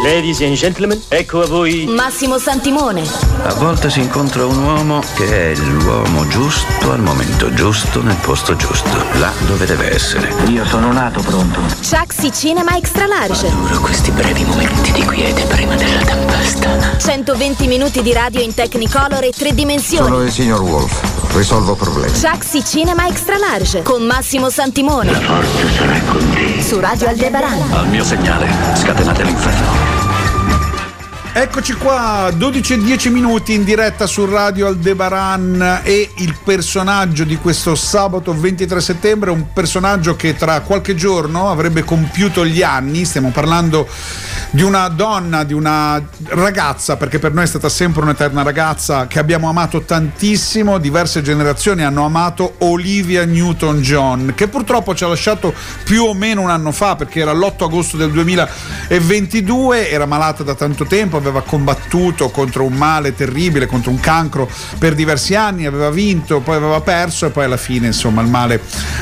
Ladies and gentlemen, ecco a voi Massimo Santimone. A volte si incontra un uomo che è l'uomo giusto al momento giusto nel posto giusto, là dove deve essere. Io sono nato pronto. Chaxi Cinema Extra Large. Adoro questi brevi momenti di quiete prima della tempesta. 120 minuti di radio in Technicolor e 3 dimensioni. Sono il signor Wolf, risolvo problemi. Chaxi Cinema Extra Large con Massimo Santimone. La forza sarà con te. Su Radio Aldebaran. Al mio segnale, scatenate l'inferno. Eccoci qua, 12:10 minuti in diretta su Radio Aldebaran, e il personaggio di questo sabato 23 settembre è un personaggio che tra qualche giorno avrebbe compiuto gli anni. Stiamo parlando di una donna, di una ragazza, perché per noi è stata sempre un'eterna ragazza, che abbiamo amato tantissimo. Diverse generazioni hanno amato Olivia Newton-John, che purtroppo ci ha lasciato più o meno un anno fa, perché era l'8 agosto del 2022, era malata da tanto tempo, aveva combattuto contro un male terribile, contro un cancro per diversi anni, aveva vinto, poi aveva perso, e poi alla fine insomma il male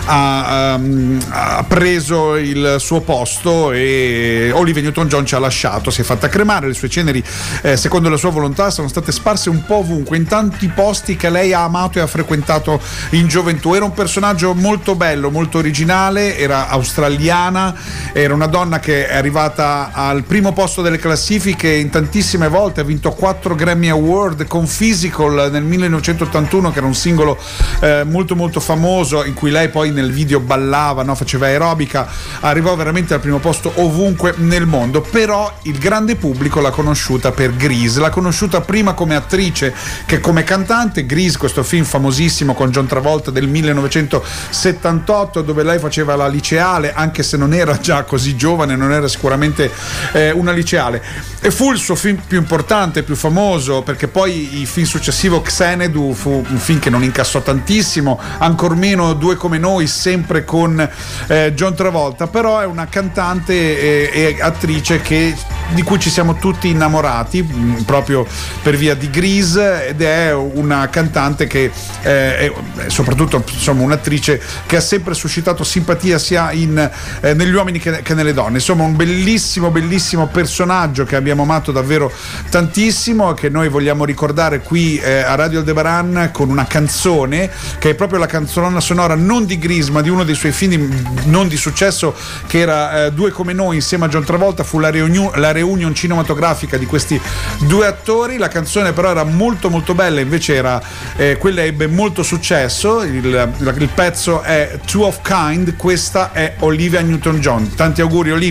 ha preso il suo posto e Olivia Newton-John ci ha lasciato, si è fatta cremare. Le sue ceneri, secondo la sua volontà, sono state sparse un po' ovunque, in tanti posti che lei ha amato e ha frequentato in gioventù. Era un personaggio molto bello, molto originale, era australiana, era una donna che è arrivata al primo posto delle classifiche in tantissime volte, ha vinto 4 Grammy Award con Physical nel 1981, che era un singolo molto molto famoso, in cui lei poi nel video ballava, no? Faceva aerobica, arrivò veramente al primo posto ovunque nel mondo. Però il grande pubblico l'ha conosciuta per Grease, l'ha conosciuta prima come attrice che come cantante. Grease, questo film famosissimo con John Travolta del 1978, dove lei faceva la liceale, anche se non era già così giovane, non era sicuramente una liceale, e fu il suo film più importante, più famoso, perché poi il film successivo, Xanadu, fu un film che non incassò tantissimo, ancor meno Due come noi, sempre con John Travolta. Però è una cantante e attrice di cui ci siamo tutti innamorati proprio per via di Grease, ed è una cantante che è soprattutto insomma un'attrice che ha sempre suscitato simpatia sia negli uomini che nelle donne. Insomma un bellissimo personaggio che abbiamo amato davvero tantissimo, che noi vogliamo ricordare qui a Radio Aldebaran con una canzone che è proprio la canzone sonora non di Grease ma di uno dei suoi film non di successo, che era Due come noi insieme a John Travolta. Fu la reunion cinematografica di questi due attori. La canzone però era molto molto bella, invece era quella ebbe molto successo. Il pezzo è Two of Kind, questa è Olivia Newton-John. Tanti auguri Olivia.